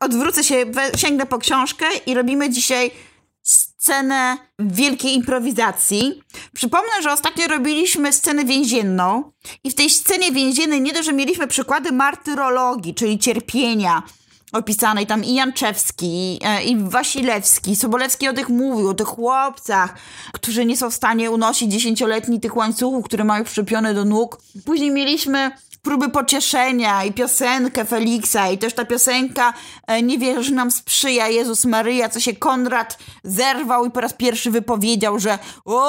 odwrócę się, sięgnę po książkę i robimy dzisiaj scenę wielkiej improwizacji. Przypomnę, że ostatnio robiliśmy scenę więzienną i w tej scenie więziennej nie dość, że mieliśmy przykłady martyrologii, czyli cierpienia opisanej tam i Janczewski, i Wasilewski. Sobolewski o tych mówił, o tych chłopcach, którzy nie są w stanie unosić 10-letnich tych łańcuchów, które mają przyczepione do nóg. Później mieliśmy próby pocieszenia i piosenkę Feliksa i też ta piosenka Nie wierzę, że nam sprzyja Jezus Maryja, co się Konrad zerwał i po raz pierwszy wypowiedział, że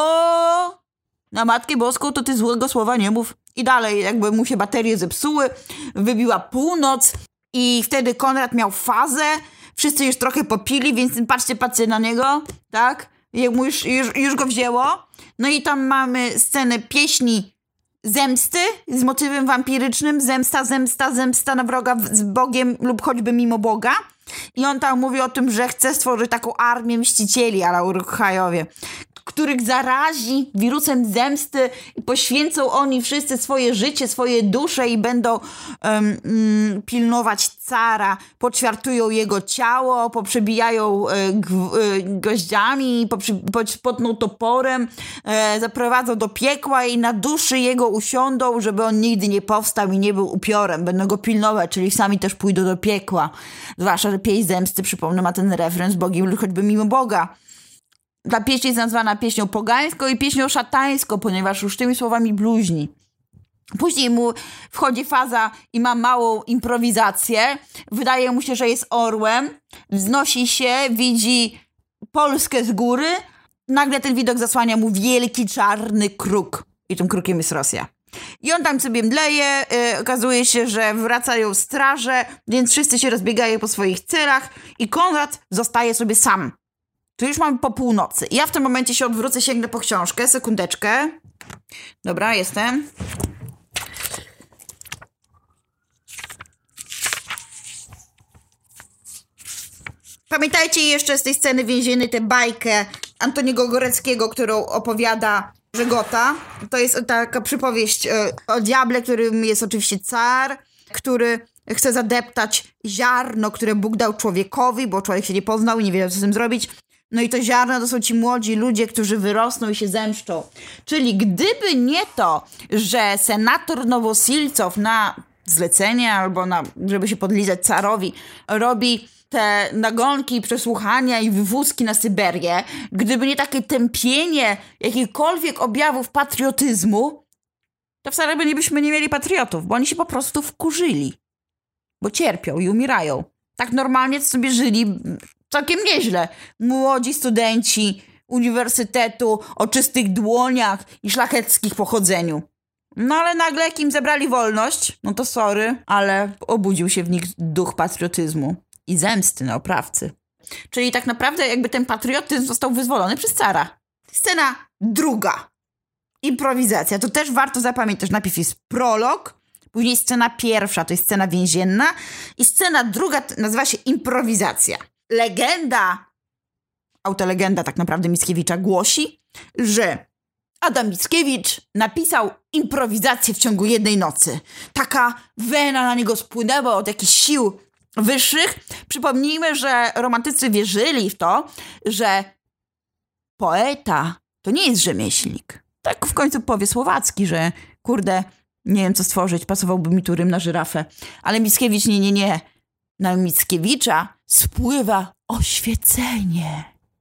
na Matkę Boską to ty złego słowa nie mów. I dalej jakby mu się baterie zepsuły, wybiła północ i wtedy Konrad miał fazę, wszyscy już trochę popili, więc patrzcie na niego, tak? Mu już go wzięło. No i tam mamy scenę pieśni zemsty z motywem wampirycznym, zemsta na wroga z Bogiem lub choćby mimo Boga. I on tam mówi o tym, że chce stworzyć taką armię mścicieli a la Uruk-hajowie, których zarazi wirusem zemsty i poświęcą oni wszyscy swoje życie, swoje dusze i będą pilnować cara, poćwiartują jego ciało, poprzebijają goździami, potną toporem, zaprowadzą do piekła i na duszy jego usiądą, żeby on nigdy nie powstał i nie był upiorem. Będą go pilnować, czyli sami też pójdą do piekła. Zwłaszcza, że pieśń zemsty, przypomnę, ma ten refren z Bogiem lub choćby mimo Boga. Ta pieśń jest nazwana pieśnią pogańską i pieśnią szatańską, ponieważ już tymi słowami bluźni. Później mu wchodzi faza i ma małą improwizację. Wydaje mu się, że jest orłem. Wznosi się, widzi Polskę z góry. Nagle ten widok zasłania mu wielki czarny kruk. I tym krukiem jest Rosja. I on tam sobie mdleje. Okazuje się, że wracają straże, więc wszyscy się rozbiegają po swoich celach i Konrad zostaje sobie sam. Tu już mamy po północy. Ja w tym momencie się odwrócę, sięgnę po książkę. Sekundeczkę. Dobra, jestem. Pamiętajcie jeszcze z tej sceny więziennej tę bajkę Antoniego Góreckiego, którą opowiada Żegota. To jest taka przypowieść o diable, którym jest oczywiście car, który chce zadeptać ziarno, które Bóg dał człowiekowi, bo człowiek się nie poznał i nie wiedział, co z tym zrobić. No i to ziarno to są ci młodzi ludzie, którzy wyrosną i się zemszczą. Czyli gdyby nie to, że senator Nowosilcow na zlecenie albo żeby się podlizać carowi robi te nagonki, przesłuchania i wywózki na Syberię, gdyby nie takie tępienie jakichkolwiek objawów patriotyzmu, to wcale byśmy nie mieli patriotów, bo oni się po prostu wkurzyli. Bo cierpią i umierają. Tak normalnie sobie żyli całkiem nieźle. Młodzi studenci uniwersytetu o czystych dłoniach i szlacheckich pochodzeniu. No ale nagle jak im zabrali wolność, no to sorry, ale obudził się w nich duch patriotyzmu i zemsty na oprawcy. Czyli tak naprawdę jakby ten patriotyzm został wyzwolony przez cara. Scena druga. Improwizacja. To też warto zapamiętać. Najpierw jest prolog, później scena pierwsza, to jest scena więzienna i scena druga nazywa się improwizacja. Autolegenda tak naprawdę Mickiewicza głosi, że Adam Mickiewicz napisał improwizację w ciągu jednej nocy. Taka wena na niego spłynęła od jakichś sił wyższych. Przypomnijmy, że romantycy wierzyli w to, że poeta to nie jest rzemieślnik. Tak w końcu powie Słowacki, że kurde, nie wiem co stworzyć, pasowałby mi tu rym na żyrafę. Ale Mickiewicz nie. Na Mickiewicza spływa oświecenie.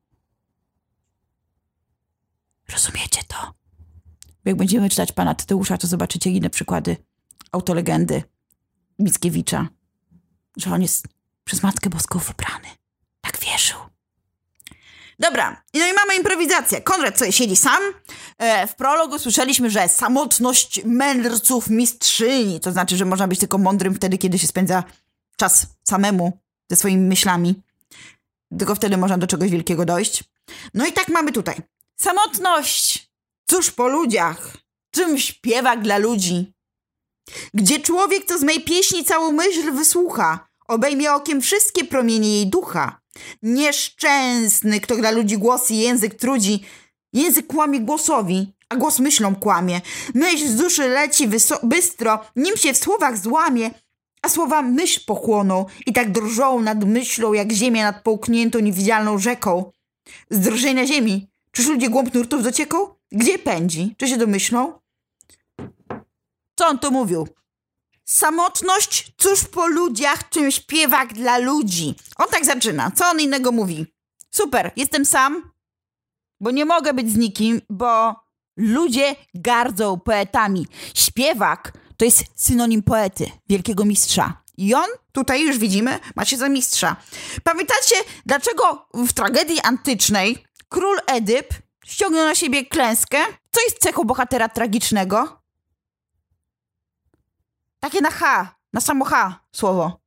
Rozumiecie to? Jak będziemy czytać pana Tadeusza, to zobaczycie inne przykłady autolegendy Mickiewicza. Że on jest przez Matkę Boską wybrany. Tak wierzył. Dobra, no i mamy improwizację. Konrad sobie siedzi sam. W prologu słyszeliśmy, że samotność mędrców mistrzyni. To znaczy, że można być tylko mądrym wtedy, kiedy się spędza czas samemu ze swoimi myślami. Tylko wtedy można do czegoś wielkiego dojść. No i tak mamy tutaj. Samotność! Cóż po ludziach? Czym śpiewak dla ludzi? Gdzie człowiek, co z mej pieśni całą myśl wysłucha, obejmie okiem wszystkie promienie jej ducha. Nieszczęsny, kto dla ludzi głos i język trudzi. Język kłamie głosowi, a głos myślą kłamie. Myśl z duszy leci bystro, nim się w słowach złamie, a słowa myśl pochłoną i tak drżą nad myślą, jak ziemia nad połkniętą niewidzialną rzeką. Z drżenia ziemi. Czyż ludzie głąb nurtów docieką? Gdzie pędzi? Czy się domyślą? Co on tu mówił? Samotność, cóż po ludziach, czym śpiewak dla ludzi. On tak zaczyna. Co on innego mówi? Super, jestem sam, bo nie mogę być z nikim, bo ludzie gardzą poetami. Śpiewak to jest synonim poety, wielkiego mistrza. I on, tutaj już widzimy, ma się za mistrza. Pamiętacie, dlaczego w tragedii antycznej król Edyp ściągnął na siebie klęskę? Co jest cechą bohatera tragicznego? Takie na H, na samo H słowo.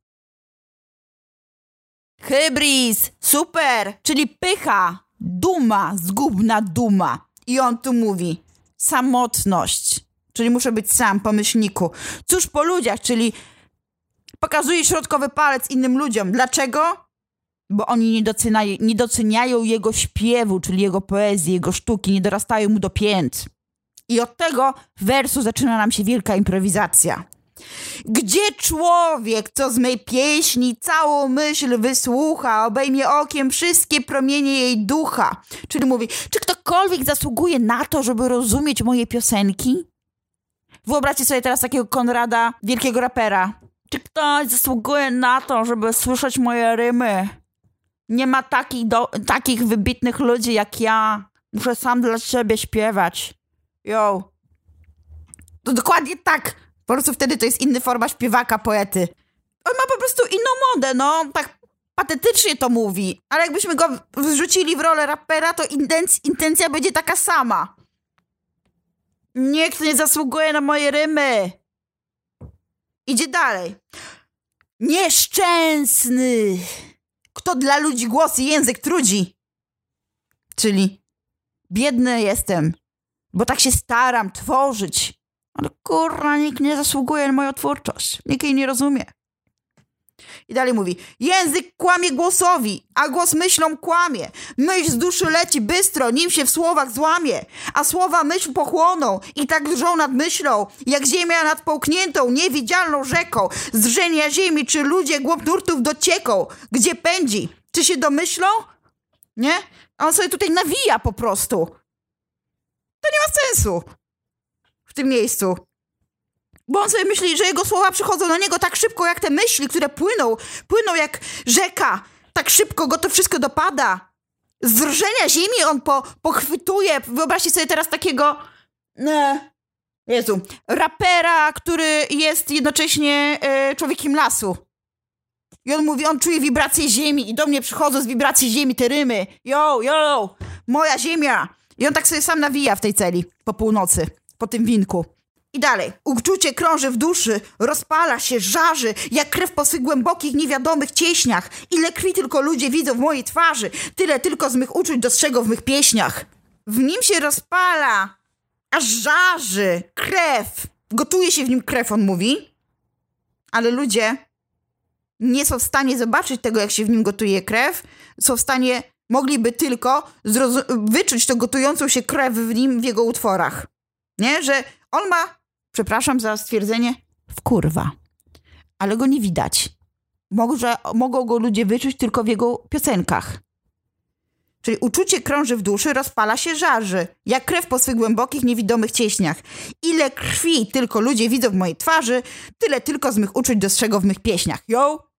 Hybris, super, czyli pycha, duma, zgubna duma. I on tu mówi, samotność, czyli muszę być sam, pomyślniku. Cóż po ludziach, czyli pokazuje środkowy palec innym ludziom. Dlaczego? Bo oni nie doceniają jego śpiewu, czyli jego poezji, jego sztuki, nie dorastają mu do pięt. I od tego wersu zaczyna nam się wielka improwizacja. Gdzie człowiek, co z mej pieśni całą myśl wysłucha, obejmie okiem wszystkie promienie jej ducha. Czyli mówi, czy ktokolwiek zasługuje na to, żeby rozumieć moje piosenki? Wyobraźcie sobie teraz takiego Konrada, wielkiego rapera. Czy ktoś zasługuje na to, żeby słyszeć moje rymy? Nie ma takich wybitnych ludzi jak ja. Muszę sam dla siebie śpiewać. Yo. To dokładnie tak. Po prostu wtedy to jest inna forma śpiewaka, poety. On ma po prostu inną modę, no. Tak patetycznie to mówi. Ale jakbyśmy go wrzucili w rolę rapera, to intencja będzie taka sama. Nikt nie zasługuje na moje rymy. Idzie dalej. Nieszczęsny. Kto dla ludzi głos i język trudzi. Czyli biedny jestem, bo tak się staram tworzyć. Ale kurwa, nikt nie zasługuje na moją twórczość. Nikt jej nie rozumie. I dalej mówi, język kłamie głosowi, a głos myślą kłamie. Myśl z duszy leci bystro, nim się w słowach złamie. A słowa myśl pochłoną i tak drżą nad myślą, jak ziemia nad połkniętą, niewidzialną rzeką. Z drżenia ziemi, czy ludzie głąb nurtów docieką. Gdzie pędzi? Czy się domyślą? Nie? A on sobie tutaj nawija po prostu. To nie ma sensu w tym miejscu. Bo on sobie myśli, że jego słowa przychodzą na niego tak szybko, jak te myśli, które płyną jak rzeka. Tak szybko go to wszystko dopada. Z drżenia ziemi on pochwytuje. Wyobraźcie sobie teraz takiego rapera, który jest jednocześnie człowiekiem lasu. I on mówi, on czuje wibrację ziemi i do mnie przychodzą z wibracji ziemi te rymy. Yo, moja ziemia. I on tak sobie sam nawija w tej celi po północy, po tym winku. I dalej. Uczucie krąży w duszy, rozpala się, żarzy, jak krew po swych głębokich, niewiadomych cieśniach. Ile krwi tylko ludzie widzą w mojej twarzy, tyle tylko z mych uczuć dostrzegą w mych pieśniach. W nim się rozpala, aż żarzy, krew. Gotuje się w nim krew, on mówi. Ale ludzie nie są w stanie zobaczyć tego, jak się w nim gotuje krew. Są w stanie, mogliby tylko wyczuć tą gotującą się krew w nim, w jego utworach. Nie? Że on ma, przepraszam za stwierdzenie, wkurwa. Ale go nie widać. Mogą go ludzie wyczuć tylko w jego piosenkach. Czyli uczucie krąży w duszy, rozpala się, żarzy. Jak krew po swych głębokich, niewidomych cieśniach. Ile krwi tylko ludzie widzą w mojej twarzy, tyle tylko z mych uczuć dostrzegą w mych pieśniach. Yo!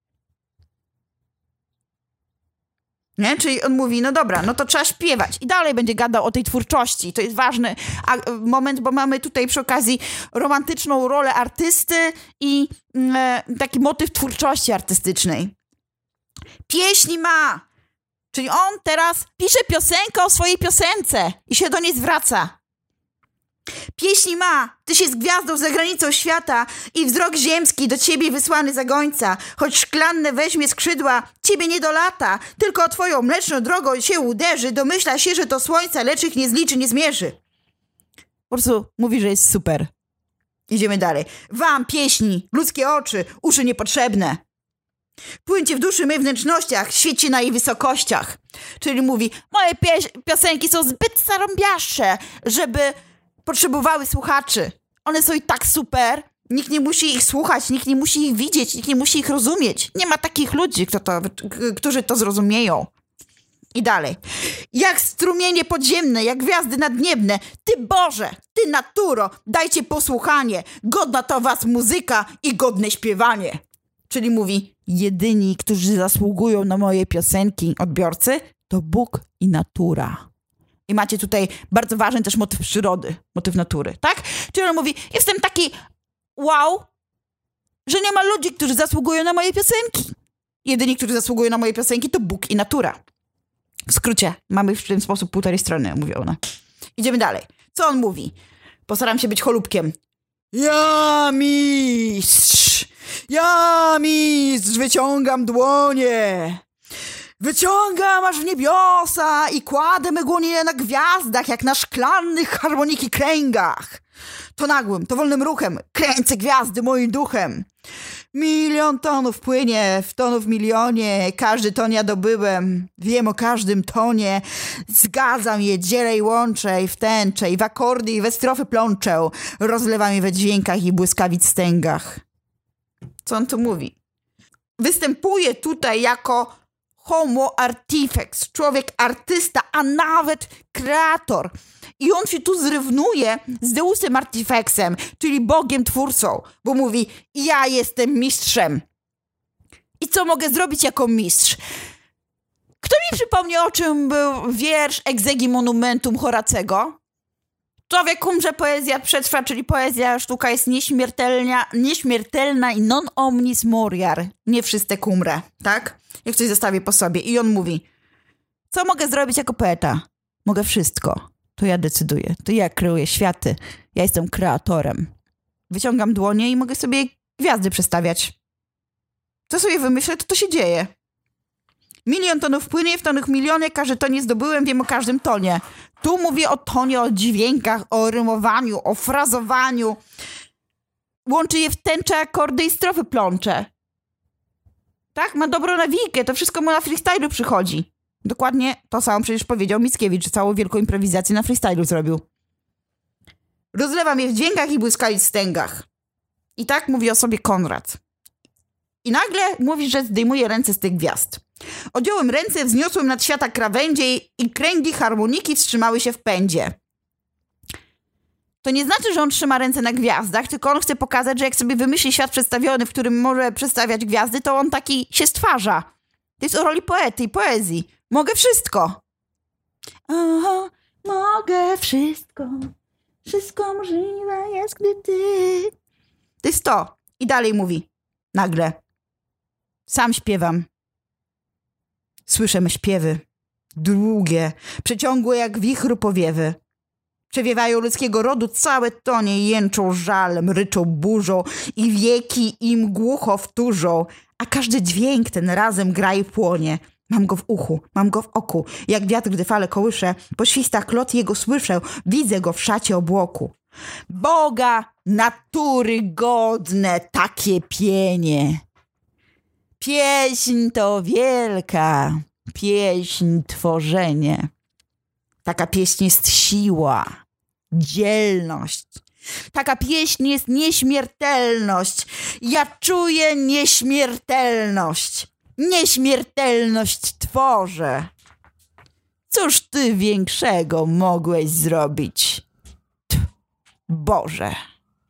Nie? Czyli on mówi, no dobra, no to trzeba śpiewać. I dalej będzie gadał o tej twórczości. To jest ważny moment, bo mamy tutaj przy okazji romantyczną rolę artysty i taki motyw twórczości artystycznej. Pieśni ma. Czyli on teraz pisze piosenkę o swojej piosence i się do niej zwraca. Pieśni ma, tyś jest gwiazdą za granicą świata i wzrok ziemski do ciebie wysłany zagońca. Choć szklanne weźmie skrzydła, ciebie nie dolata, tylko twoją mleczną drogą się uderzy, domyśla się, że to słońca, lecz ich nie zliczy, nie zmierzy. Po prostu mówi, że jest super. Idziemy dalej. Wam, pieśni, ludzkie oczy, uszy niepotrzebne. Płyńcie w duszy mej wnętrznościach, świecie na jej wysokościach. Czyli mówi, moje piosenki są zbyt zarąbiasze, żeby potrzebowały słuchaczy. One są i tak super, Nikt nie musi ich słuchać, nikt nie musi ich widzieć, nikt nie musi ich rozumieć. Nie ma takich ludzi, którzy to zrozumieją. I dalej. Jak strumienie podziemne, jak gwiazdy nadniebne, Ty Boże, Ty naturo, dajcie posłuchanie, godna to was muzyka i godne śpiewanie. Czyli mówi, jedyni, którzy zasługują na moje piosenki, odbiorcy, to Bóg i natura. I macie tutaj bardzo ważny też motyw przyrody, motyw natury, tak? Czyli on mówi, jestem taki wow, że nie ma ludzi, którzy zasługują na moje piosenki. Jedyni, którzy zasługują na moje piosenki, to Bóg i natura. W skrócie, mamy w ten sposób 1,5 strony, mówi ona. Idziemy dalej. Co on mówi? Postaram się być cholubkiem. Ja mistrz, wyciągam dłonie. Wyciągam aż w niebiosa i kładę me dłonie na gwiazdach, jak na szklanych harmoniki kręgach. To nagłym, to wolnym ruchem kręcę gwiazdy moim duchem. 1 000 000 tonów płynie, w tonu w milionie, każdy ton ja dobyłem, wiem o każdym tonie, zgadzam je, dzielę i łączę, i w tęczę, i w akordy, i we strofy plączę, rozlewam je we dźwiękach i błyskawic stęgach. Co on tu mówi? Występuje tutaj jako homo artifex, człowiek artysta, a nawet kreator. I on się tu zrównuje z Deusem Artifexem, czyli Bogiem Twórcą, bo mówi, ja jestem mistrzem. I co mogę zrobić jako mistrz? Kto mi przypomni, o czym był wiersz Exegi Monumentum Horacego? Człowiek umrze, poezja przetrwa, czyli poezja, sztuka jest nieśmiertelna i non omnis moriar. Nie wszystek umrę, tak? Jak coś zostawię po sobie. I on mówi, co mogę zrobić jako poeta? Mogę wszystko. To ja decyduję. To ja kreuję światy. Ja jestem kreatorem. Wyciągam dłonie i mogę sobie gwiazdy przestawiać. Co sobie wymyślę, to się dzieje. 1 000 000 tonów płynie, w tonach miliony, każdy tonie zdobyłem, wiem o każdym tonie. Tu mówię o tonie, o dźwiękach, o rymowaniu, o frazowaniu. Łączy je w tęcze, akordy i strofy plącze. Tak? Ma dobrą nawijkę, to wszystko mu na freestylu przychodzi. Dokładnie to samo przecież powiedział Mickiewicz, że całą wielką improwizację na freestylu zrobił. Rozlewam je w dźwiękach i błyskawic stęgach. I tak mówi o sobie Konrad. I nagle mówi, że zdejmuje ręce z tych gwiazd. Odjąłem ręce, wzniosłem nad świata krawędzie i kręgi harmoniki wstrzymały się w pędzie. To nie znaczy, że on trzyma ręce na gwiazdach, tylko on chce pokazać, że jak sobie wymyśli świat przedstawiony, w którym może przedstawiać gwiazdy, to on taki się stwarza. To jest o roli poety i poezji. Mogę wszystko. Aha, mogę wszystko. Wszystko możliwe jest, gdy ty... To jest to. I dalej mówi. Nagle. Sam śpiewam. Słyszę me śpiewy. Długie, przeciągłe jak wichru powiewy. Przewiewają ludzkiego rodu całe tonie i jęczą żalem, ryczą burzą i wieki im głucho wtórzą. A każdy dźwięk ten razem gra i płonie. Mam go w uchu, mam go w oku. Jak wiatr, gdy fale kołysze, po świstach klot jego słyszę, widzę go w szacie obłoku. Boga natury godne takie pienie. Pieśń to wielka, pieśń tworzenie. Taka pieśń jest siła, dzielność. Taka pieśń jest nieśmiertelność. Ja czuję nieśmiertelność. Nieśmiertelność tworzę. Cóż ty większego mogłeś zrobić? Boże.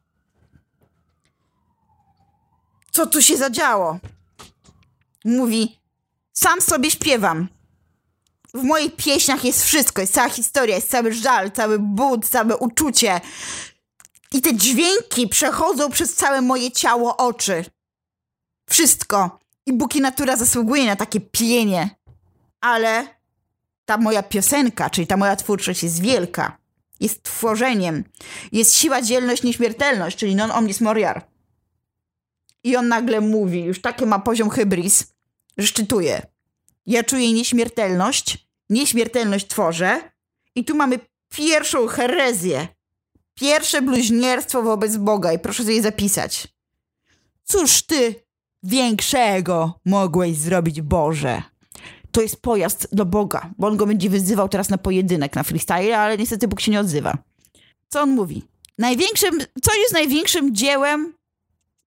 Co tu się zadziało? Mówi, sam sobie śpiewam. W moich pieśniach jest wszystko, jest cała historia, jest cały żal, cały ból, całe uczucie. I te dźwięki przechodzą przez całe moje ciało, oczy. Wszystko. I Bóg i natura zasługuje na takie pienie. Ale ta moja piosenka, czyli ta moja twórczość jest wielka. Jest tworzeniem. Jest siła, dzielność, nieśmiertelność, czyli non omnis moriar. I on nagle mówi, już taki ma poziom hybris, że szczytuje. Ja czuję nieśmiertelność tworzę. I tu mamy pierwszą herezję. Pierwsze bluźnierstwo wobec Boga. I proszę sobie zapisać. Cóż ty większego mogłeś zrobić, Boże? To jest pojazd do Boga, bo on go będzie wyzywał teraz na pojedynek, na freestyle, ale niestety Bóg się nie odzywa. Co on mówi? Co jest największym dziełem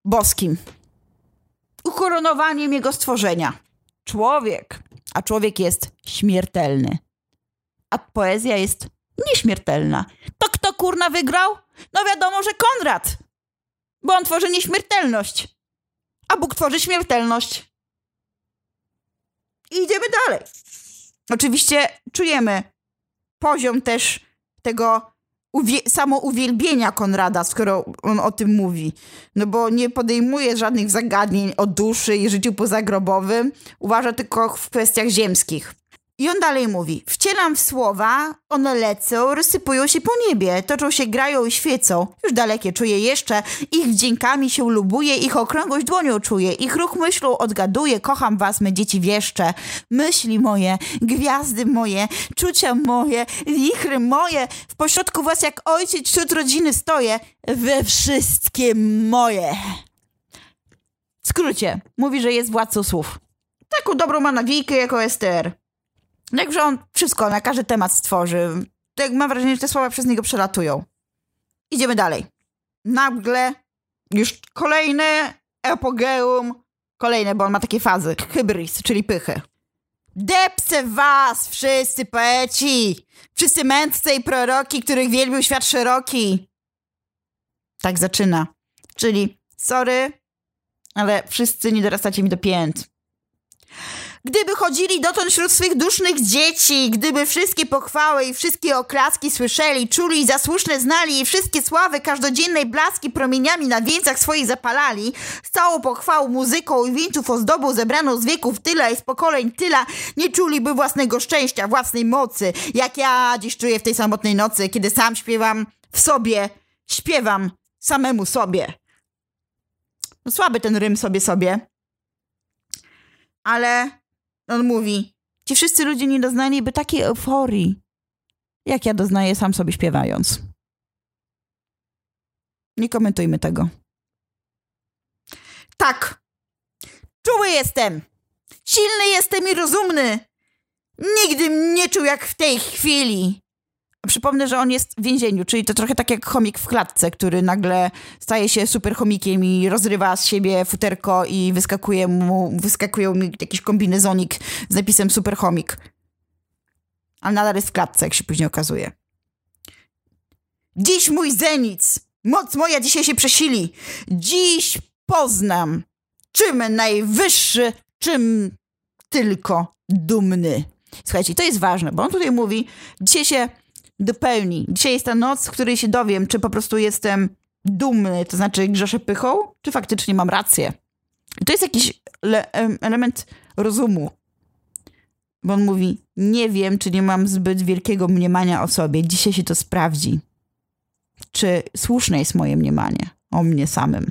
boskim. Ukoronowaniem jego stworzenia. Człowiek. A człowiek jest śmiertelny. A poezja jest nieśmiertelna. To kto kurna wygrał? No wiadomo, że Konrad. Bo on tworzy nieśmiertelność. A Bóg tworzy śmiertelność. I idziemy dalej. Oczywiście czujemy poziom też tego samouwielbienia Konrada, skoro on o tym mówi. No bo nie podejmuje żadnych zagadnień o duszy i życiu pozagrobowym. Uważa tylko w kwestiach ziemskich. I on dalej mówi: wcielam w słowa, one lecą, rozsypują się po niebie, toczą się, grają i świecą. Już dalekie czuję jeszcze, ich wdziękami się lubuję, ich okrągłość dłonią czuję, ich ruch myślą odgaduję, kocham was, me dzieci wieszcze. Myśli moje, gwiazdy moje, czucia moje, wichry moje, w pośrodku was jak ojciec wśród rodziny stoję, we wszystkie moje. W skrócie, mówi, że jest władcą słów. Taką dobrą ma nawijkę jako Ester. Także on wszystko na każdy temat stworzy. Tak mam wrażenie, że te słowa przez niego przelatują. Idziemy dalej. Nagle już kolejne apogeum. Kolejne, bo on ma takie fazy. Hybris, czyli pychy. Depsę was, wszyscy poeci. Wszyscy mędrcy i proroki, których wielbił świat szeroki. Tak zaczyna. Czyli sorry, ale wszyscy nie dorastacie mi do pięt. Gdyby chodzili dotąd wśród swych dusznych dzieci, gdyby wszystkie pochwały i wszystkie oklaski słyszeli, czuli i za słuszne znali i wszystkie sławy każdodziennej blaski promieniami na wieńcach swoich zapalali, z całą pochwałą, muzyką i wieńców ozdobą zebraną z wieków tyle i z pokoleń tyla, nie czuliby własnego szczęścia, własnej mocy, jak ja dziś czuję w tej samotnej nocy, kiedy sam śpiewam w sobie, śpiewam samemu sobie. No, słaby ten rym sobie. Ale on mówi, ci wszyscy ludzie nie doznaliby takiej euforii, jak ja doznaję sam sobie śpiewając. Nie komentujmy tego. Tak, czuły jestem, silny jestem i rozumny. Nigdy nie czuł jak w tej chwili. Przypomnę, że on jest w więzieniu, czyli to trochę tak jak chomik w klatce, który nagle staje się super chomikiem i rozrywa z siebie futerko i wyskakuje mu jakiś kombinezonik z napisem super chomik. Ale nadal jest w klatce, jak się później okazuje. Dziś mój zenic, moc moja dzisiaj się przesili. Dziś poznam, czym najwyższy, czym tylko dumny. Słuchajcie, to jest ważne, bo on tutaj mówi, dzisiaj się dopełni. Dzisiaj jest ta noc, w której się dowiem, czy po prostu jestem dumny, to znaczy grzeszę pychą, czy faktycznie mam rację. I to jest jakiś element rozumu. Bo on mówi, nie wiem, czy nie mam zbyt wielkiego mniemania o sobie. Dzisiaj się to sprawdzi. Czy słuszne jest moje mniemanie o mnie samym.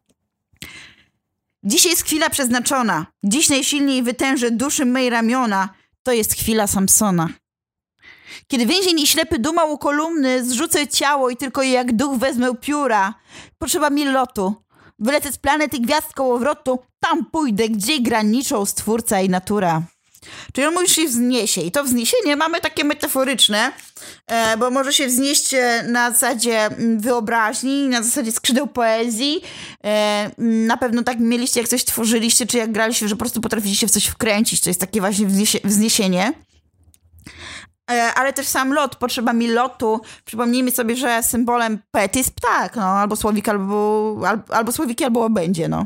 Dziś jest chwila przeznaczona. Dziś najsilniej wytężę duszy mej ramiona. To jest chwila Samsona. Kiedy więzień i ślepy dumał u kolumny, zrzucę ciało i tylko jak duch wezmę pióra. Potrzeba mi lotu. Wylecę z planety gwiazd kołowrotu. Tam pójdę, gdzie graniczą stwórca i natura. Czyli on mówi, że się wzniesie. I to wzniesienie mamy takie metaforyczne, bo może się wznieść na zasadzie wyobraźni, na zasadzie skrzydeł poezji. Na pewno tak mieliście, jak coś tworzyliście, czy jak graliście, że po prostu potraficie się w coś wkręcić. To jest takie właśnie wzniesienie. Ale też sam lot, potrzeba mi lotu. Przypomnijmy sobie, że symbolem poety jest ptak, no, albo słowik, albo słowiki, albo łabędzie, no.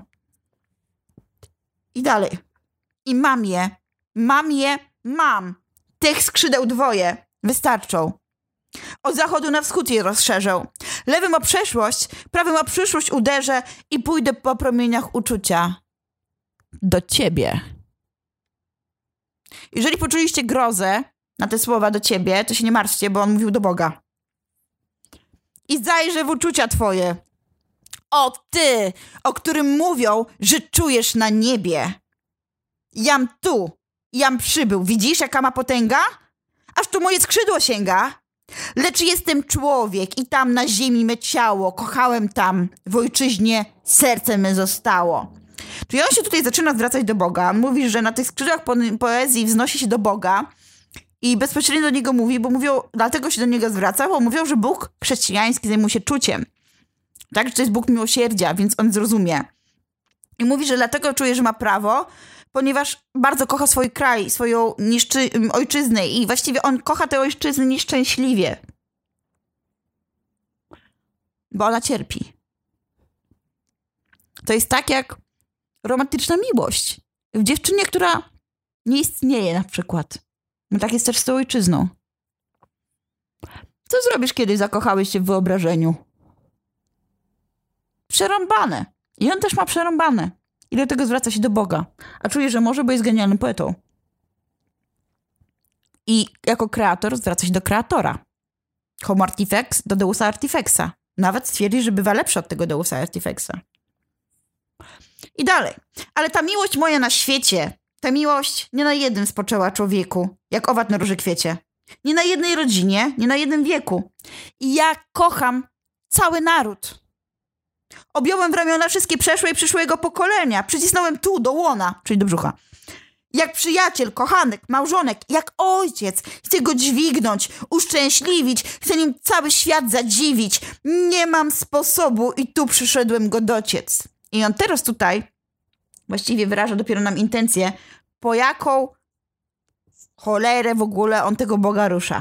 I dalej. I mam. Tych skrzydeł dwoje. Wystarczą. Od zachodu na wschód je rozszerzę. Lewym o przeszłość, prawym o przyszłość uderzę i pójdę po promieniach uczucia. Do ciebie. Jeżeli poczuliście grozę na te słowa do ciebie, to się nie martwcie, bo on mówił do Boga. I zajrzę w uczucia twoje. O ty, o którym mówią, że czujesz na niebie. Jam tu, jam przybył. Widzisz, jaka ma potęga? Aż tu moje skrzydło sięga. Lecz jestem człowiek i tam na ziemi me ciało. Kochałem tam, w ojczyźnie serce me zostało. Czyli on się tutaj zaczyna zwracać do Boga. On mówi, że na tych skrzydłach poezji wznosi się do Boga i bezpośrednio do niego mówi, bo mówią, dlatego się do niego zwraca, bo mówią, że Bóg chrześcijański zajmuje się czuciem. Tak, że to jest Bóg miłosierdzia, więc on zrozumie. I mówi, że dlatego czuje, że ma prawo, ponieważ bardzo kocha swój kraj, swoją ojczyznę i właściwie on kocha tę ojczyznę nieszczęśliwie. Bo ona cierpi. To jest tak jak romantyczna miłość. W dziewczynie, która nie istnieje na przykład. No tak jest też z tą ojczyzną. Co zrobisz, kiedy zakochałeś się w wyobrażeniu? Przerąbane. I on też ma przerąbane. I do tego zwraca się do Boga. A czuje, że może, bo jest genialnym poetą. I jako kreator zwraca się do kreatora. Homo artifex do Deusa artifexa. Nawet stwierdzi, że bywa lepszy od tego Deusa artifexa. I dalej. Ale ta miłość moja na świecie, ta miłość nie na jednym spoczęła człowieku, jak owad na róży kwiecie. Nie na jednej rodzinie, nie na jednym wieku. I ja kocham cały naród. Objąłem w ramiona wszystkie przeszłe i przyszłego pokolenia. Przycisnąłem tu, do łona, czyli do brzucha. Jak przyjaciel, kochanek, małżonek, jak ojciec. Chcę go dźwignąć, uszczęśliwić. Chcę nim cały świat zadziwić. Nie mam sposobu i tu przyszedłem go dociec. I on teraz tutaj właściwie wyraża dopiero nam intencję, po jaką cholerę w ogóle on tego Boga rusza.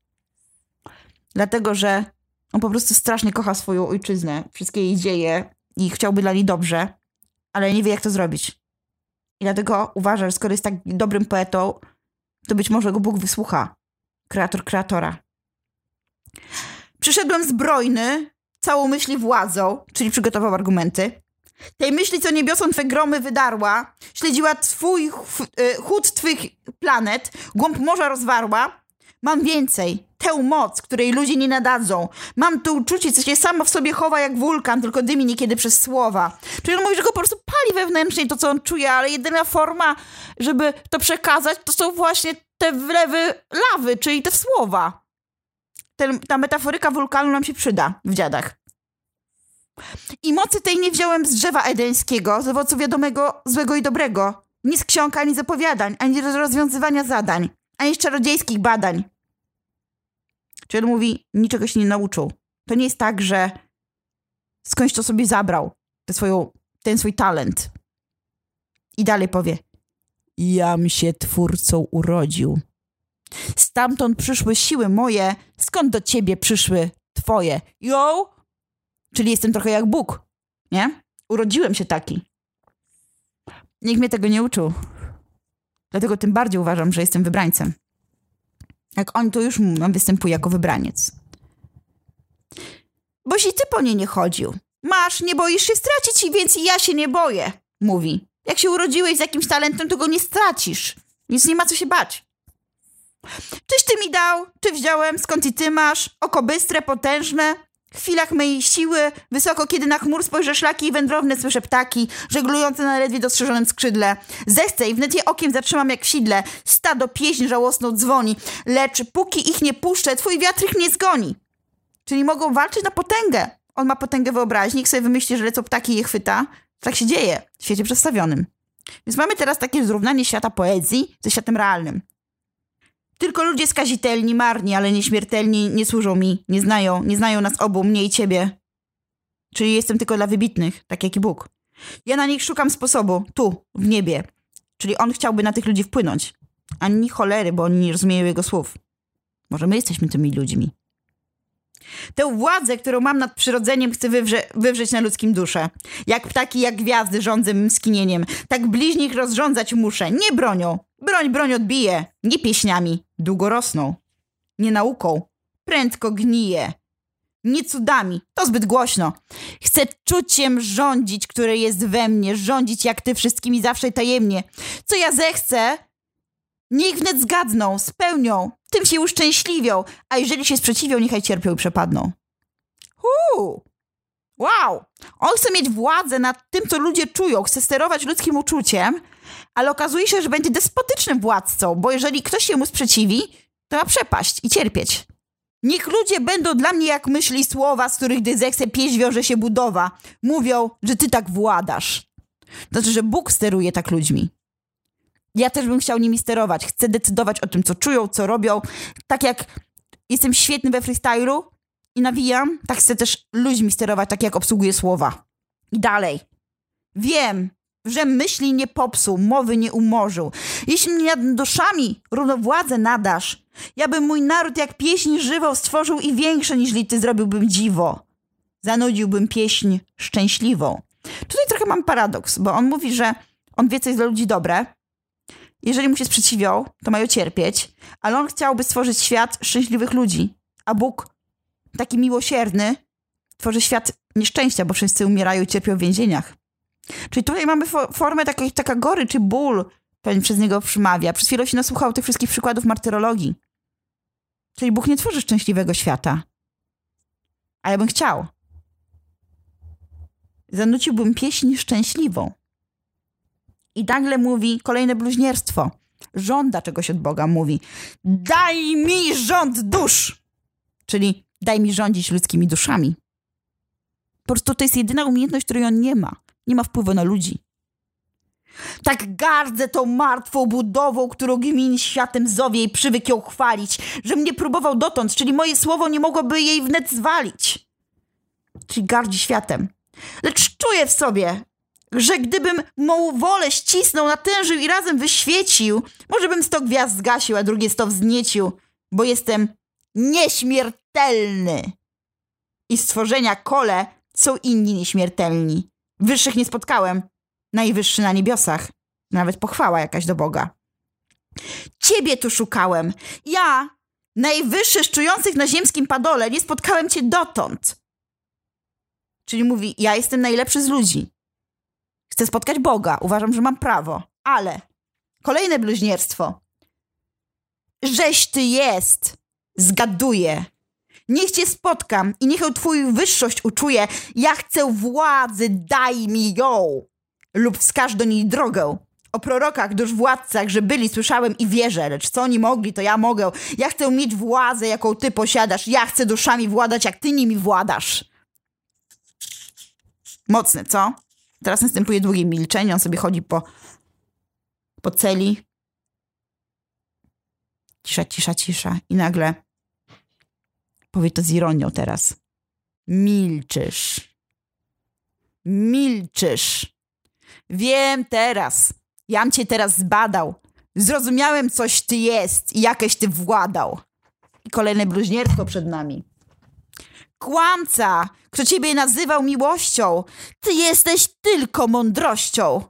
Dlatego, że on po prostu strasznie kocha swoją ojczyznę, wszystkie jej dzieje i chciałby dla niej dobrze, ale nie wie, jak to zrobić. I dlatego uważa, że skoro jest tak dobrym poetą, to być może go Bóg wysłucha. Kreator kreatora. Przyszedłem zbrojny, całą myśli władzą, czyli przygotował argumenty. Tej myśli, co niebiosom twe gromy wydarła, śledziła twój chód twych planet, głąb morza rozwarła. Mam więcej, tę moc, której ludzie nie nadadzą. Mam to uczucie, co się samo w sobie chowa jak wulkan, tylko dymi niekiedy przez słowa. Czyli on mówi, że go po prostu pali wewnętrznie to, co on czuje, ale jedyna forma, żeby to przekazać, to są właśnie te wlewy lawy, czyli te słowa. Ta metaforyka wulkanu nam się przyda w Dziadach. I mocy tej nie wziąłem z drzewa edeńskiego, z owocu wiadomego złego i dobrego. Ni z ksiąg, ani z opowiadań, ani z rozwiązywania zadań, ani z czarodziejskich badań. Czyli on mówi, niczego się nie nauczył. To nie jest tak, że skądś to sobie zabrał, ten swój talent. I dalej powie, jam się twórcą urodził. Stamtąd przyszły siły moje, skąd do ciebie przyszły twoje? Jo! Czyli jestem trochę jak Bóg, nie? Urodziłem się taki. Nikt mnie tego nie uczył. Dlatego tym bardziej uważam, że jestem wybrańcem. Jak on, to już występuje jako wybraniec. Boś i ty po nie nie chodził. Masz, nie boisz się stracić, więc i ja się nie boję, mówi. Jak się urodziłeś z jakimś talentem, to go nie stracisz. Więc nie ma co się bać. Czyś ty mi dał, czy wziąłem, skąd i ty masz? Oko bystre, potężne. W chwilach mej siły, wysoko, kiedy na chmur spojrzę szlaki i wędrowne słyszę ptaki, żeglujące na ledwie dostrzeżonym skrzydle. Zechcę i wnet je okiem zatrzymam jak w sidle. Stado pieśń żałosną dzwoni, lecz póki ich nie puszczę, twój wiatr ich nie zgoni. Czyli mogą walczyć na potęgę. On ma potęgę wyobraźni, niech sobie wymyśli, że lecą ptaki i je chwyta. Tak się dzieje w świecie przedstawionym. Więc mamy teraz takie zrównanie świata poezji ze światem realnym. Tylko ludzie skazitelni, marni, ale nieśmiertelni nie służą mi, nie znają nas obu, mnie i ciebie. Czyli jestem tylko dla wybitnych, tak jak i Bóg. Ja na nich szukam sposobu, tu, w niebie. Czyli on chciałby na tych ludzi wpłynąć. Ani cholery, bo oni nie rozumieją jego słów. Może my jesteśmy tymi ludźmi. Tę władzę, którą mam nad przyrodzeniem, chcę wywrzeć na ludzkim duszę. Jak ptaki, jak gwiazdy rządzę mym skinieniem. Tak bliźnich rozrządzać muszę, nie bronią. Broń odbije, nie pieśniami, długo rosną. Nie nauką, prędko gnije. Nie cudami, to zbyt głośno. Chcę czuciem rządzić, które jest we mnie, rządzić jak ty wszystkimi zawsze tajemnie. Co ja zechcę, niech wnet zgadną, spełnią, tym się uszczęśliwią, a jeżeli się sprzeciwią, niechaj cierpią i przepadną. Wow! On chce mieć władzę nad tym, co ludzie czują, chce sterować ludzkim uczuciem, ale okazuje się, że będzie despotycznym władcą, bo jeżeli ktoś się mu sprzeciwi, to ma przepaść i cierpieć. Niech ludzie będą dla mnie jak myśli słowa, z których gdy zechce pieśń wiąże się budowa. Mówią, że ty tak władasz. Znaczy, że Bóg steruje tak ludźmi. Ja też bym chciał nimi sterować. Chcę decydować o tym, co czują, co robią. Tak jak jestem świetny we freestylu i nawijam, tak chcę też ludźmi sterować, tak jak obsługuję słowa. I dalej. Wiem, że myśli nie popsuł, mowy nie umorzył. Jeśli mnie nad duszami równowładzę nadasz, ja bym mój naród jak pieśń żywą stworzył i większe niż ty zrobiłbym dziwo. Zanudziłbym pieśń szczęśliwą. Tutaj trochę mam paradoks, bo on mówi, że on wie, co jest dla ludzi dobre. Jeżeli mu się sprzeciwią, to mają cierpieć, ale on chciałby stworzyć świat szczęśliwych ludzi, a Bóg, taki miłosierny, tworzy świat nieszczęścia, bo wszyscy umierają i cierpią w więzieniach. Czyli tutaj mamy formę taka gorycz czy ból, pewnie przez niego przemawia. Przez chwilę się nasłuchał tych wszystkich przykładów martyrologii. Czyli Bóg nie tworzy szczęśliwego świata. A ja bym chciał. Zanuciłbym pieśń szczęśliwą. I nagle mówi kolejne bluźnierstwo. Żąda czegoś od Boga, mówi: daj mi rząd dusz! Czyli daj mi rządzić ludzkimi duszami. Po prostu to jest jedyna umiejętność, której on nie ma. Nie ma wpływu na ludzi. Tak gardzę tą martwą budową, którą gmin światem zowie i przywykł ją chwalić, że mnie próbował dotąd, czyli moje słowo nie mogłoby jej wnet zwalić. Czyli gardzi światem. Lecz czuję w sobie, że gdybym mą wolę ścisnął, natężył i razem wyświecił, może bym 100 gwiazd zgasił, a drugie 100 wzniecił, bo jestem nieśmiertelny. I stworzenia kole są inni nieśmiertelni. Wyższych nie spotkałem, najwyższy na niebiosach. Nawet pochwała jakaś do Boga. Ciebie tu szukałem. Ja, najwyższy z czujących na ziemskim padole, nie spotkałem cię dotąd. Czyli mówi, ja jestem najlepszy z ludzi. Chcę spotkać Boga, uważam, że mam prawo. Ale kolejne bluźnierstwo. Żeś ty jest, zgaduję. Niech cię spotkam i niech twój wyższość uczuję. Ja chcę władzy, daj mi ją. Lub wskaż do niej drogę. O prorokach, dusz władcach, że byli, słyszałem i wierzę. Lecz co oni mogli, to ja mogę. Ja chcę mieć władzę, jaką ty posiadasz. Ja chcę duszami władać, jak ty nimi władasz. Mocne, co? Teraz następuje długie milczenie. On sobie chodzi po celi. Cisza, cisza, cisza. I nagle powie to z ironią teraz. Milczysz. Milczysz. Wiem teraz. Jam cię teraz zbadał. Zrozumiałem, coś ty jest i jakeś ty władał. I kolejne bluźnierstwo przed nami. Kłamca, kto ciebie nazywał miłością. Ty jesteś tylko mądrością.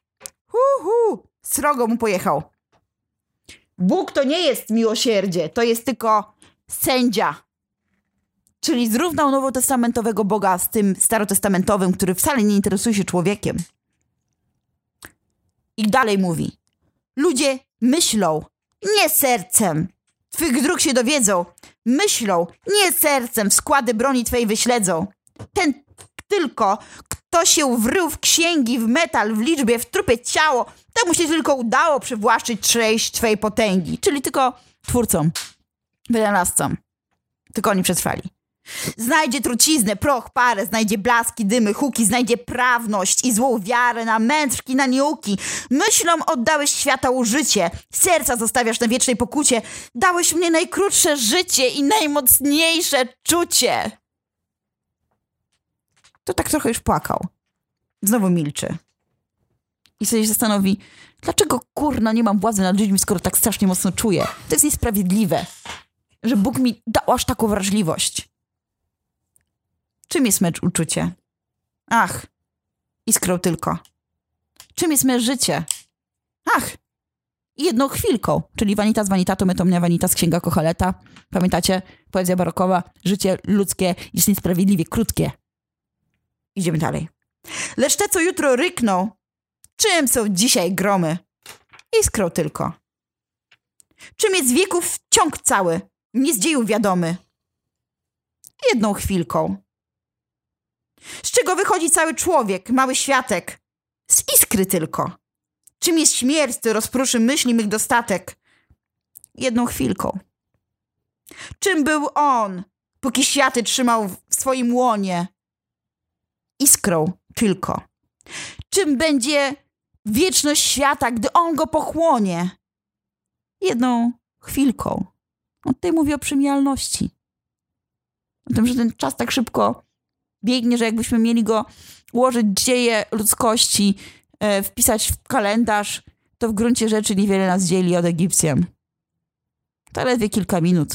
Srogo mu pojechał. Bóg to nie jest miłosierdzie, to jest tylko sędzia. Czyli zrównał nowotestamentowego Boga z tym starotestamentowym, który wcale nie interesuje się człowiekiem. I dalej mówi. Ludzie myślą, nie sercem. Twych dróg się dowiedzą. Myślą, nie sercem, w składy broni twej wyśledzą. Ten tylko, kto się wrył w księgi, w metal, w liczbie, w trupie ciało, temu się tylko udało przywłaszczyć treść twej potęgi. Czyli tylko twórcom, wynalazcom. Tylko oni przetrwali. Znajdzie truciznę, proch, parę, znajdzie blaski, dymy, huki, znajdzie prawność i złą wiarę na mędrki, na nieuki. Myślom oddałeś świata użycie, serca zostawiasz na wiecznej pokucie. Dałeś mnie najkrótsze życie i najmocniejsze czucie. To tak trochę już płakał. Znowu milczy. I sobie się zastanowi, dlaczego kurna nie mam władzy nad ludźmi, skoro tak strasznie mocno czuję. To jest niesprawiedliwe, że Bóg mi dał aż taką wrażliwość. Czym jest mecz uczucie? Ach, iskrą tylko. Czym jest me życie? Ach, jedną chwilką, czyli vanitas vanitatum et omnia vanitas, księga Kocheleta. Pamiętacie? Poezja barokowa. Życie ludzkie jest niesprawiedliwie krótkie. Idziemy dalej. Lecz te, co jutro rykną, czym są dzisiaj gromy? Iskrą tylko. Czym jest wieków ciąg cały, nie z dziejów wiadomy? Jedną chwilką. Z czego wychodzi cały człowiek, mały światek? Z iskry tylko. Czym jest śmierć, co rozpruszy myśli mych dostatek? Jedną chwilką. Czym był on, póki światy trzymał w swoim łonie? Iskrą tylko. Czym będzie wieczność świata, gdy on go pochłonie? Jedną chwilką. On tutaj mówi o przemijalności. O tym, że ten czas tak szybko biegnie, że jakbyśmy mieli go ułożyć dzieje ludzkości wpisać w kalendarz, to w gruncie rzeczy niewiele nas dzieli od Egipcjan. To ledwie kilka minut.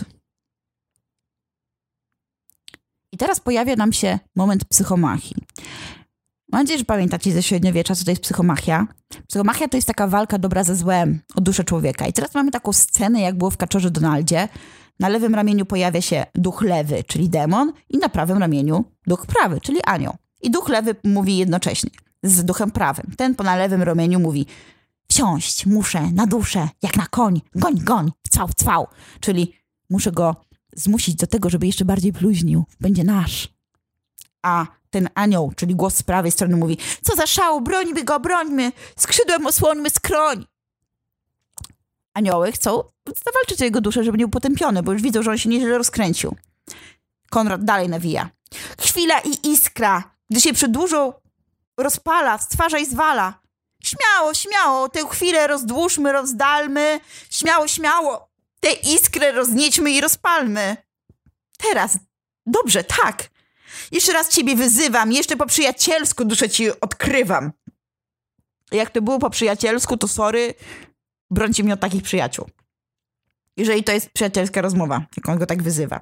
I teraz pojawia nam się moment psychomachii. Mam nadzieję, że pamiętacie ze średniowiecza, co to jest psychomachia. Psychomachia to jest taka walka dobra ze złem o duszę człowieka. I teraz mamy taką scenę, jak było w Kaczorze Donaldzie. Na lewym ramieniu pojawia się duch lewy, czyli demon, i na prawym ramieniu duch prawy, czyli anioł. I duch lewy mówi jednocześnie z duchem prawym. Ten na lewym ramieniu mówi: wsiąść muszę na duszę, jak na koń, goń, goń, cwał, cwał. Czyli muszę go zmusić do tego, żeby jeszcze bardziej bluźnił. Będzie nasz. A ten anioł, czyli głos z prawej strony mówi: co za szał, brońmy go, brońmy, skrzydłem osłońmy skroń. Anioły chcą zawalczyć o jego duszę, żeby nie był potępiony, bo już widzą, że on się nieźle rozkręcił. Konrad dalej nawija: chwila i iskra, gdy się przedłużą, rozpala, stwarza i zwala. Śmiało, śmiało, tę chwilę rozdłużmy, rozdalmy. Śmiało, śmiało, tę iskrę rozniećmy i rozpalmy. Teraz, dobrze, tak. Jeszcze raz ciebie wyzywam, jeszcze po przyjacielsku duszę ci odkrywam. Jak to było po przyjacielsku, to sorry, brońcie mnie od takich przyjaciół. Jeżeli to jest przyjacielska rozmowa, jak on go tak wyzywa.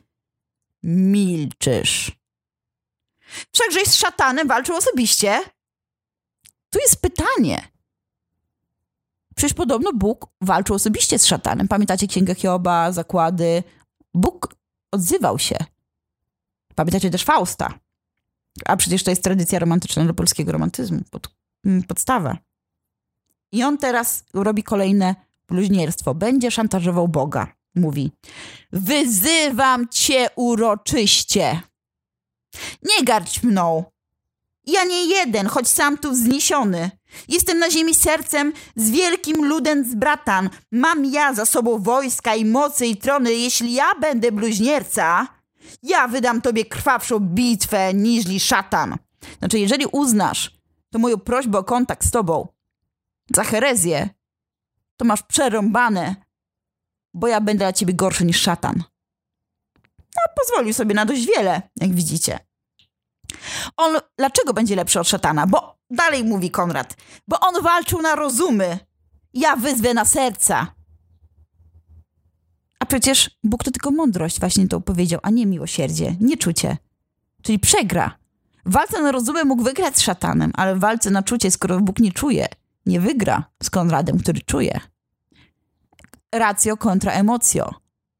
Milczysz. Wszakżeś z szatanem walczył osobiście? Tu jest pytanie. Przecież podobno Bóg walczył osobiście z szatanem. Pamiętacie Księgę Hioba, zakłady? Bóg odzywał się. Pamiętacie też Fausta. A przecież to jest tradycja romantyczna do polskiego romantyzmu. Podstawa. I on teraz robi kolejne bluźnierstwo. Będzie szantażował Boga. Mówi: wyzywam cię uroczyście. Nie gardź mną. Ja nie jeden, choć sam tu wzniesiony. Jestem na ziemi sercem z wielkim ludem z bratan. Mam ja za sobą wojska i mocy i trony. Jeśli ja będę bluźnierca, ja wydam tobie krwawszą bitwę niźli szatan. Znaczy, jeżeli uznasz to moją prośbę o kontakt z tobą za herezję, to masz przerąbane, bo ja będę dla ciebie gorszy niż szatan. No, pozwolił sobie na dość wiele, jak widzicie. On dlaczego będzie lepszy od szatana? Bo, dalej mówi Konrad, bo on walczył na rozumy. Ja wyzwę na serca. A przecież Bóg to tylko mądrość właśnie to powiedział, a nie miłosierdzie, nie czucie. Czyli przegra. W walce na rozumy mógł wygrać z szatanem, ale w walce na czucie, skoro Bóg nie czuje, nie wygra z Konradem, który czuje. Ratio kontra emocjo.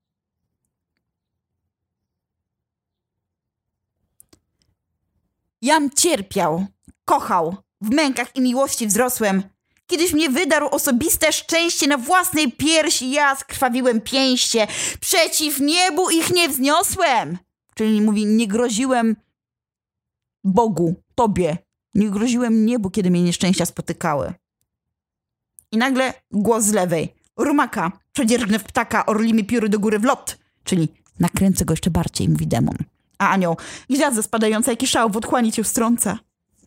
Jam cierpiał, kochał, w mękach i miłości wzrosłem. Kiedyś mnie wydarł osobiste szczęście, na własnej piersi ja skrwawiłem pięście. Przeciw niebu ich nie wzniosłem. Czyli mówi, nie groziłem Bogu, tobie. Nie groziłem niebu, kiedy mnie nieszczęścia spotykały. I nagle głos z lewej. Rumaka, przedzierżnę w ptaka, orlimi pióry do góry w lot. Czyli nakręcę go jeszcze bardziej, mówi demon. A anioł, gwiazda spadająca, jaki szał, w otchłani cię wstrąca.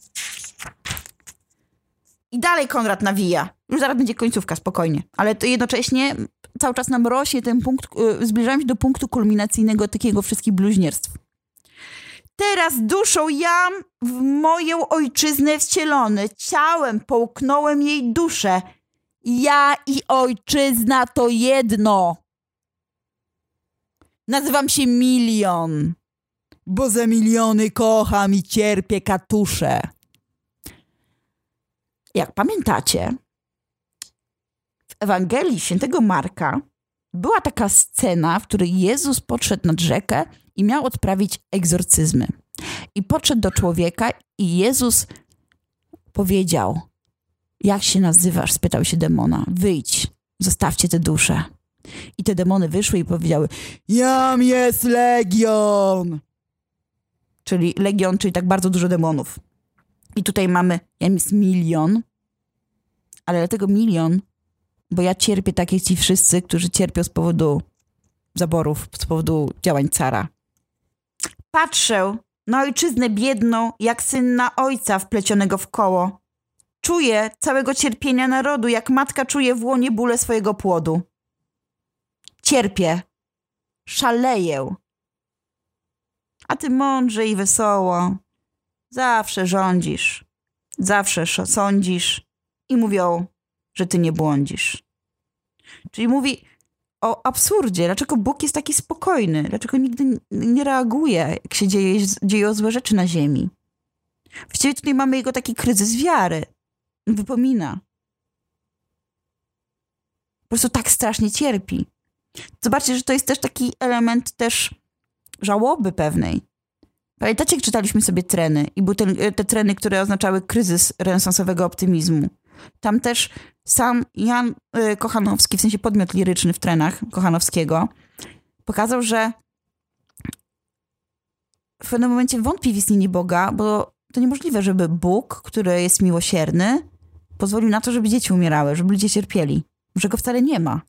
I dalej Konrad nawija. Już zaraz będzie końcówka, spokojnie. Ale to jednocześnie cały czas nam rośnie ten punkt, zbliżamy się do punktu kulminacyjnego takiego wszystkich bluźnierstw. Teraz duszą jam w moją ojczyznę wcielony. Ciałem połknąłem jej duszę. Ja i ojczyzna to jedno. Nazywam się Milion, bo za miliony kocham i cierpię katusze. Jak pamiętacie, w Ewangelii Świętego Marka była taka scena, w której Jezus podszedł nad rzekę i miał odprawić egzorcyzmy. I podszedł do człowieka i Jezus powiedział: jak się nazywasz? Spytał się demona. Wyjdź, zostawcie te dusze. I te demony wyszły i powiedziały: jam jest legion. Czyli legion, czyli tak bardzo dużo demonów. I tutaj mamy, jam jest milion, ale dlatego milion, bo ja cierpię tak jak ci wszyscy, którzy cierpią z powodu zaborów, z powodu działań cara. Patrzę na ojczyznę biedną, jak syn na ojca wplecionego w koło. Czuję całego cierpienia narodu, jak matka czuje w łonie bóle swojego płodu. Cierpię, szaleję. A ty mądrze i wesoło zawsze rządzisz. zawsze sądzisz i mówią, że ty nie błądzisz. Czyli mówi o absurdzie. Dlaczego Bóg jest taki spokojny? Dlaczego nigdy nie reaguje, jak się dzieją złe rzeczy na ziemi? Właściwie tutaj mamy jego taki kryzys wiary. Wypomina. Po prostu tak strasznie cierpi. Zobaczcie, że to jest też taki element też żałoby pewnej. Pamiętacie, jak czytaliśmy sobie treny i były te treny, które oznaczały kryzys renesansowego optymizmu. Tam też sam Jan Kochanowski, w sensie podmiot liryczny w trenach Kochanowskiego, pokazał, że w pewnym momencie wątpi w istnienie Boga, bo to niemożliwe, żeby Bóg, który jest miłosierny, pozwolił na to, żeby dzieci umierały, żeby ludzie cierpieli. Że go wcale nie ma.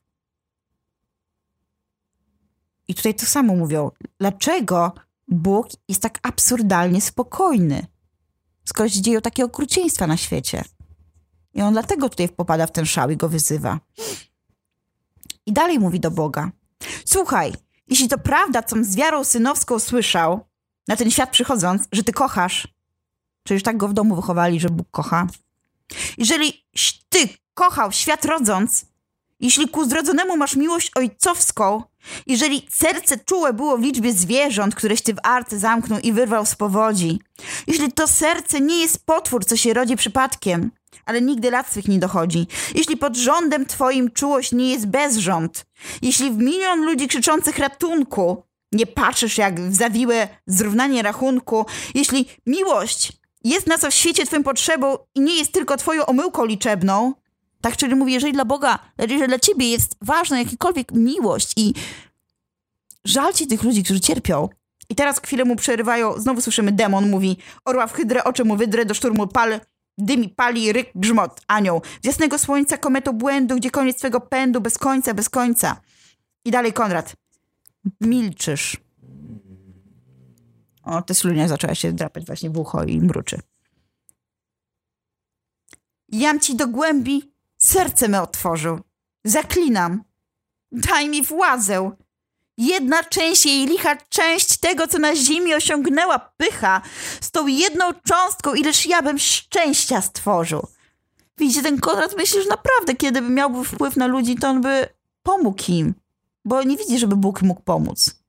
I tutaj to samo mówią. Dlaczego Bóg jest tak absurdalnie spokojny, skoro się dzieją takie okrucieństwa na świecie? I on dlatego tutaj popada w ten szał i go wyzywa. I dalej mówi do Boga. Słuchaj, jeśli to prawda, com z wiarą synowską słyszał, na ten świat przychodząc, że ty kochasz, czy już tak go w domu wychowali, że Bóg kocha. Jeżeli ty kochał świat rodząc, jeśli ku zrodzonemu masz miłość ojcowską, jeżeli serce czułe było w liczbie zwierząt, któreś ty w arce zamknął i wyrwał z powodzi, jeśli to serce nie jest potwór, co się rodzi przypadkiem, ale nigdy lat swych nie dochodzi, jeśli pod rządem twoim czułość nie jest bezrząd, jeśli w milion ludzi krzyczących ratunku nie patrzysz jak w zawiłe zrównanie rachunku, jeśli miłość jest na co w świecie twoim potrzebą i nie jest tylko twoją omyłką liczebną, tak, czyli mówi, jeżeli dla Boga, jeżeli dla ciebie jest ważna jakakolwiek miłość i żal ci tych ludzi, którzy cierpią. I teraz chwilę mu przerywają, znowu słyszymy demon, mówi, orła w hydrę, oczy mu wydrę, do szturmu pal, dymi pali, ryk, grzmot, anioł. Z jasnego słońca kometą błędu, gdzie koniec twego pędu, bez końca, bez końca. I dalej Konrad. Milczysz. O, te slunia zaczęła się drapać właśnie w ucho i mruczy. Jam ci do głębi serce me otworzył. Zaklinam. Daj mi władzę. Jedna część jej licha część tego, co na ziemi osiągnęła pycha. Z tą jedną cząstką, ileż ja bym szczęścia stworzył. Widzicie, ten Konrad myśli, że naprawdę, kiedy by miałby wpływ na ludzi, to on by pomógł im. Bo nie widzi, żeby Bóg mógł pomóc.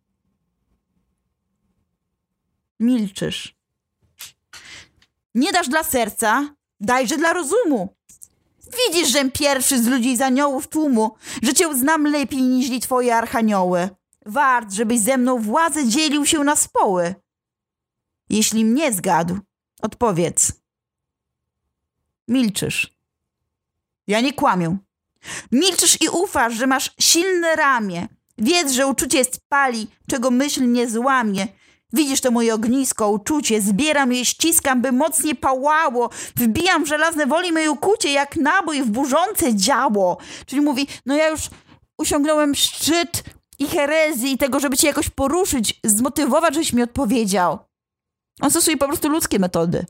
Milczysz. Nie dasz dla serca, dajże dla rozumu. Widzisz, żem pierwszy z ludzi z aniołów tłumu, że cię znam lepiej niźli twoje archanioły. Wart, żebyś ze mną władzę dzielił się na społy. Jeśli mnie zgadł, odpowiedz. Milczysz. Ja nie kłamię. Milczysz i ufasz, że masz silne ramię. Wiedz, że uczucie jest pali, czego myśl nie złamie. Widzisz to moje ognisko, uczucie, zbieram je, ściskam, by mocniej pałało. Wbijam w żelazne woli moje ukucie, jak nabój w burzące działo. Czyli mówi, no ja już osiągnąłem szczyt i herezji i tego, żeby cię jakoś poruszyć, zmotywować, żeś mi odpowiedział. On stosuje po prostu ludzkie metody.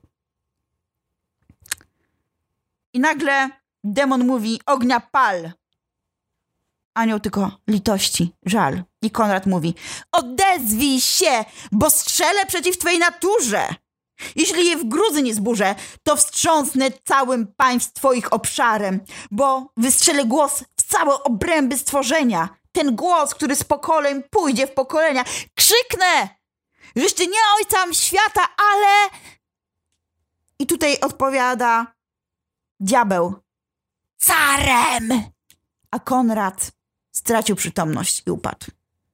I nagle demon mówi, ognia pal. Anioł tylko litości, żal. I Konrad mówi, odezwij się, bo strzelę przeciw twojej naturze. Jeśli je w grudzy nie zburzę, to wstrząsnę całym państw twoich obszarem, bo wystrzelę głos w całe obręby stworzenia. Ten głos, który z pokoleń pójdzie w pokolenia. Krzyknę, żeś ty nie ojcem świata, ale... I tutaj odpowiada diabeł. Carem! A Konrad stracił przytomność i upadł.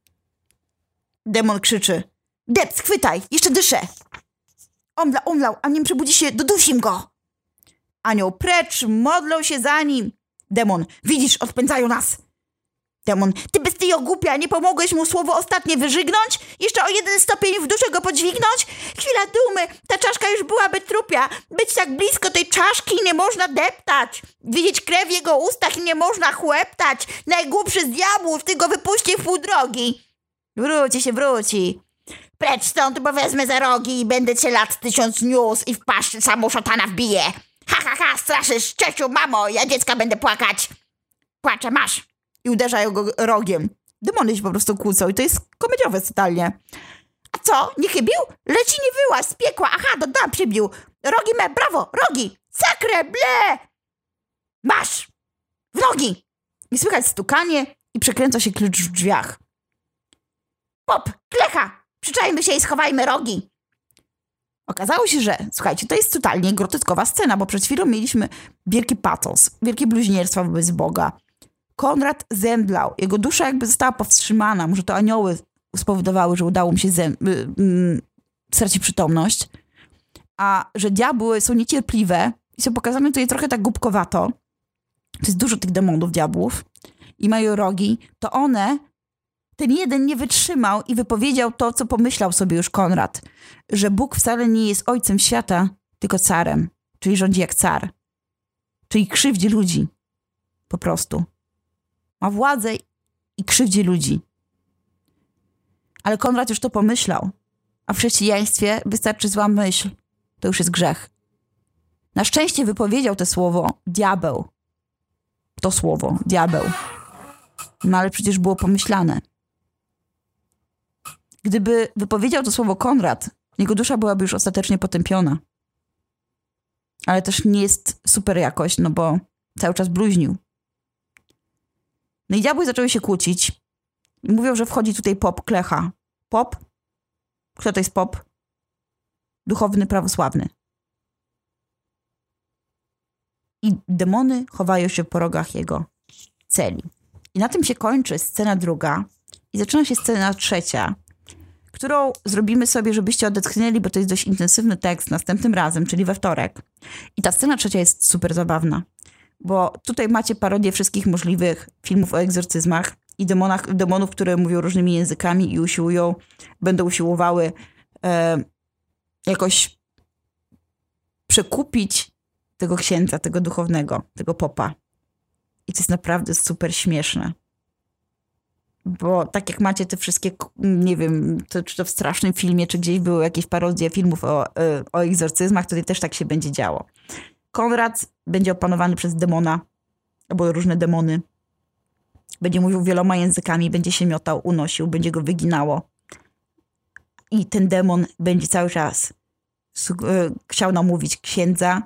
Demon krzyczy. Dep, schwytaj, jeszcze dyszę. Omlał, a nim przebudzi się, dodusim go. Anioł precz, modlą się za nim. Demon, widzisz, odpędzają nas. Demon, ty bestyo głupia, nie pomogłeś mu słowo ostatnie wyżygnąć? Jeszcze o 1 stopień w duszę go podźwignąć? Chwila dumy, ta czaszka już byłaby trupia. Być tak blisko tej czaszki nie można deptać. Widzieć krew w jego ustach i nie można chłeptać. Najgłupszy z diabłów, ty go wypuści w pół drogi. Wróci. Precz stąd, bo wezmę za rogi i będę cię lat 1000 niósł i w paszczy samą szatana wbiję. Ha, straszysz, ciociu, mamo, ja dziecka będę płakać. Płaczę, masz. I uderzają go rogiem. Demony się po prostu kłócą i to jest komediowe totalnie. A co, nie chybił? Leci nie wyłaź z piekła. Aha, do dna przybił. Rogi me, brawo, rogi! Sacre bleu! Masz! W nogi! I słychać stukanie i przekręca się klucz w drzwiach. Pop, klecha! Przyczajmy się i schowajmy rogi! Okazało się, że, słuchajcie, to jest totalnie groteskowa scena, bo przed chwilą mieliśmy wielki patos, wielkie bluźnierstwa wobec Boga. Konrad zemdlał. Jego dusza jakby została powstrzymana. Może to anioły spowodowały, że udało mu się stracić przytomność. A że diabły są niecierpliwe i są pokazane tutaj trochę tak głupkowato. To jest dużo tych demonów, diabłów. I mają rogi. To one, ten jeden nie wytrzymał i wypowiedział to, co pomyślał sobie już Konrad. Że Bóg wcale nie jest ojcem świata, tylko carem. Czyli rządzi jak car. Czyli krzywdzi ludzi. Po prostu. Ma władzę i krzywdzi ludzi. Ale Konrad już to pomyślał. A w chrześcijaństwie wystarczy zła myśl. To już jest grzech. Na szczęście wypowiedział to słowo diabeł. To słowo, diabeł. No ale przecież było pomyślane. Gdyby wypowiedział to słowo Konrad, jego dusza byłaby już ostatecznie potępiona. Ale też nie jest super jakość, no bo cały czas bluźnił. No i diabły zaczęły się kłócić. I mówią, że wchodzi tutaj pop, klecha. Pop? Kto to jest pop? Duchowny prawosławny. I demony chowają się po rogach jego celi. I na tym się kończy scena druga. I zaczyna się scena trzecia, którą zrobimy sobie, żebyście odetchnęli, bo to jest dość intensywny tekst następnym razem, czyli we wtorek. I ta scena trzecia jest super zabawna. Bo tutaj macie parodię wszystkich możliwych filmów o egzorcyzmach i demonów, które mówią różnymi językami i będą usiłowały jakoś przekupić tego księdza, tego duchownego, tego popa. I to jest naprawdę super śmieszne. Bo tak jak macie te wszystkie, nie wiem, czy to w Strasznym Filmie, czy gdzieś były jakieś parodie filmów o egzorcyzmach, tutaj też tak się będzie działo. Konrad będzie opanowany przez demona, albo różne demony. Będzie mówił wieloma językami, będzie się miotał, unosił, będzie go wyginało. I ten demon będzie cały czas chciał namówić księdza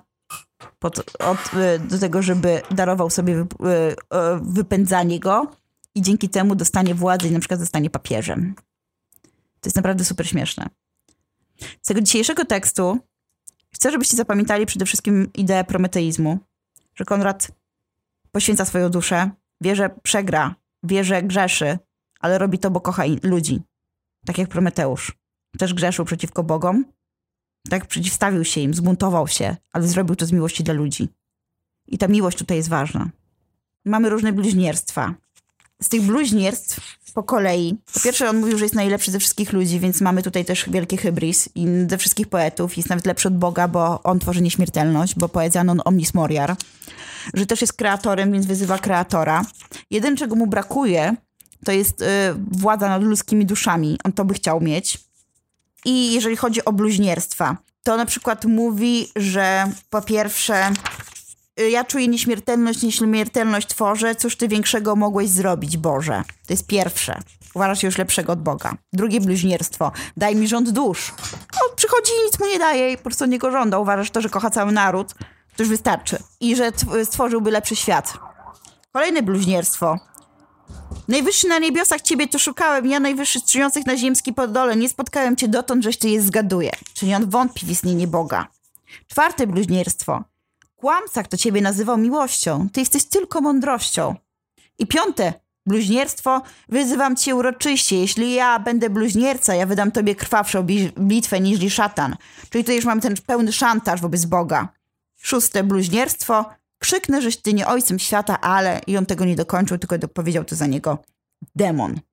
do tego, żeby darował sobie wypędzanie go i dzięki temu dostanie władzę i na przykład zostanie papieżem. To jest naprawdę super śmieszne. Z tego dzisiejszego tekstu chcę, żebyście zapamiętali przede wszystkim ideę prometeizmu, że Konrad poświęca swoją duszę, wie, że przegra, wie, że grzeszy, ale robi to, bo kocha ludzi. Tak jak Prometeusz. Też grzeszył przeciwko bogom, tak przeciwstawił się im, zbuntował się, ale zrobił to z miłości dla ludzi. I ta miłość tutaj jest ważna. Mamy różne bluźnierstwa. Z tych bluźnierstw po kolei, po pierwsze on mówił, że jest najlepszy ze wszystkich ludzi, więc mamy tutaj też wielki hybris i ze wszystkich poetów jest nawet lepszy od Boga, bo on tworzy nieśmiertelność, bo poezja non omnis moriar, że też jest kreatorem, więc wyzywa kreatora. Jeden, czego mu brakuje, to jest władza nad ludzkimi duszami. On to by chciał mieć. I jeżeli chodzi o bluźnierstwa, to na przykład mówi, że po pierwsze ja czuję nieśmiertelność, nieśmiertelność tworzę. Cóż ty większego mogłeś zrobić, Boże? To jest pierwsze. Uważasz się już lepszego od Boga. Drugie bluźnierstwo. Daj mi rząd dusz. On przychodzi i nic mu nie daje i po prostu od niego żąda. Uważasz to, że kocha cały naród. To już wystarczy. I że stworzyłby lepszy świat. Kolejne bluźnierstwo. Najwyższy na niebiosach ciebie tu szukałem, ja najwyższy strzyjących na ziemski podole. Nie spotkałem cię dotąd, żeś ty je zgaduje. Czyli on wątpi w istnienie Boga. Czwarte bluźnierstwo. Kłamca, kto ciebie nazywał miłością. Ty jesteś tylko mądrością. I piąte bluźnierstwo. Wyzywam cię uroczyście. Jeśli ja będę bluźnierca, ja wydam tobie krwawszą bitwę niżli szatan. Czyli tutaj już mamy ten pełny szantaż wobec Boga. Szóste bluźnierstwo. Krzyknę, żeś ty nie ojcem świata, ale... I on tego nie dokończył, tylko powiedział to za niego demon.